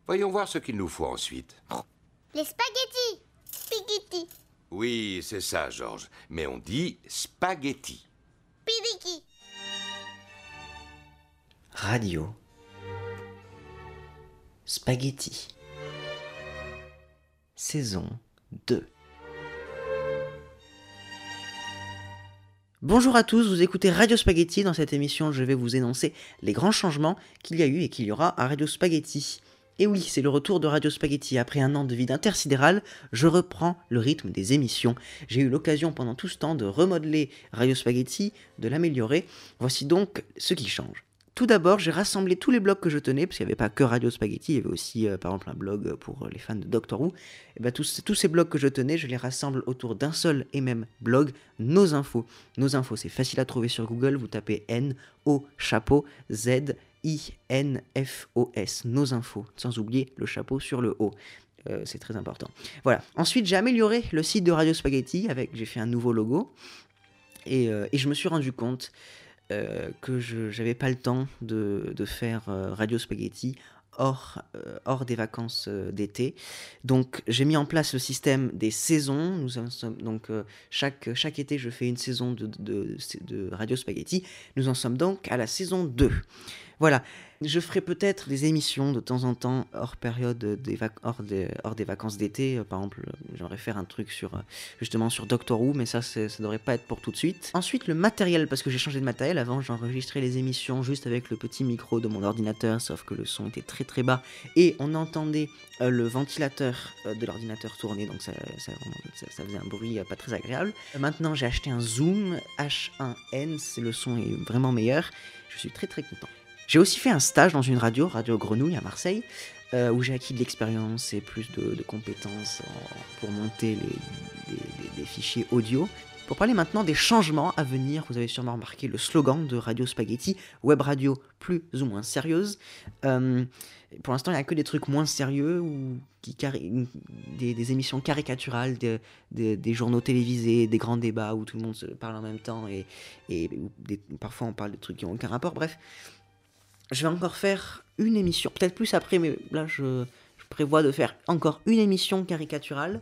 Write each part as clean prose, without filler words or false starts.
Voyons voir ce qu'il nous faut ensuite. Les spaghettis. Spaghetti. Oui, c'est ça, Georges. Mais on dit spaghetti. Pidiki. Radio. Spaghetti. Saison 2. Bonjour à tous, vous écoutez Radio Spaghetti. Dans cette émission, je vais vous énoncer les grands changements qu'il y a eu et qu'il y aura à Radio Spaghetti. Et oui, c'est le retour de Radio Spaghetti. Après un an de vide intersidéral, je reprends le rythme des émissions. J'ai eu l'occasion pendant tout ce temps de remodeler Radio Spaghetti, de l'améliorer. Voici donc ce qui change. Tout d'abord, j'ai rassemblé tous les blogs que je tenais, parce qu'il n'y avait pas que Radio Spaghetti, il y avait aussi par exemple un blog pour les fans de Doctor Who. Et ben, tous ces blogs que je tenais, je les rassemble autour d'un seul et même blog, Nos Infos. Nos Infos, c'est facile à trouver sur Google, vous tapez N-O chapeau Z-I-N-F-O-S, Nos Infos, sans oublier le chapeau sur le O. C'est très important. Voilà. Ensuite, j'ai amélioré le site de Radio Spaghetti, j'ai fait un nouveau logo, et je me suis rendu compte que je n'avais pas le temps de faire Radio Spaghetti hors des vacances d'été. Donc j'ai mis en place le système des saisons. Chaque été, je fais une saison de Radio Spaghetti. Nous en sommes donc à la saison 2. Voilà, je ferai peut-être des émissions de temps en temps hors période hors des vacances d'été. Par exemple, j'aimerais faire un truc justement sur Doctor Who, mais ça devrait pas être pour tout de suite. Ensuite, le matériel, parce que j'ai changé de matériel. Avant, j'enregistrais les émissions juste avec le petit micro de mon ordinateur, sauf que le son était très très bas et on entendait le ventilateur de l'ordinateur tourner, donc ça faisait un bruit pas très agréable. Maintenant, j'ai acheté un Zoom H1N, le son est vraiment meilleur. Je suis très très content. J'ai aussi fait un stage dans une Radio Grenouille à Marseille, où j'ai acquis de l'expérience et plus de compétences pour monter des fichiers audio. Pour parler maintenant des changements à venir, vous avez sûrement remarqué le slogan de Radio Spaghetti, web radio plus ou moins sérieuse. Pour l'instant, il n'y a que des trucs moins sérieux, ou des émissions caricaturales, des journaux télévisés, des grands débats où tout le monde se parle en même temps, et parfois on parle de trucs qui n'ont aucun rapport, bref. Je vais encore faire une émission, peut-être plus après, mais là je prévois de faire encore une émission caricaturale.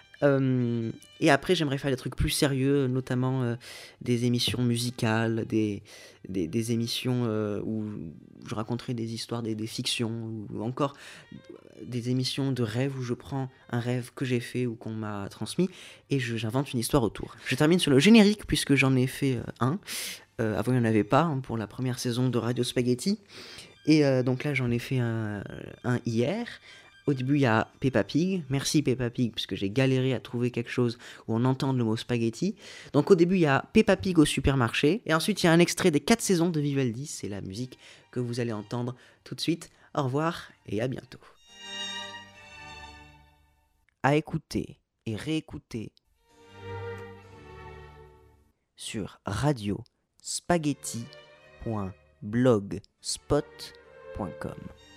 Et après j'aimerais faire des trucs plus sérieux, notamment des émissions musicales, des émissions où je raconterai des histoires, des fictions, ou encore des émissions de rêves où je prends un rêve que j'ai fait ou qu'on m'a transmis et j'invente une histoire autour. Je termine sur le générique puisque j'en ai fait un. Avant, il n'y en avait pas pour la première saison de Radio Spaghetti. Et donc là, j'en ai fait un hier. Au début, il y a Peppa Pig. Merci Peppa Pig, puisque j'ai galéré à trouver quelque chose où on entende le mot spaghetti. Donc au début, il y a Peppa Pig au supermarché. Et ensuite, il y a un extrait des 4 saisons de Vivaldi. C'est la musique que vous allez entendre tout de suite. Au revoir et à bientôt. À écouter et réécouter sur radio spaghetti.blogspot.com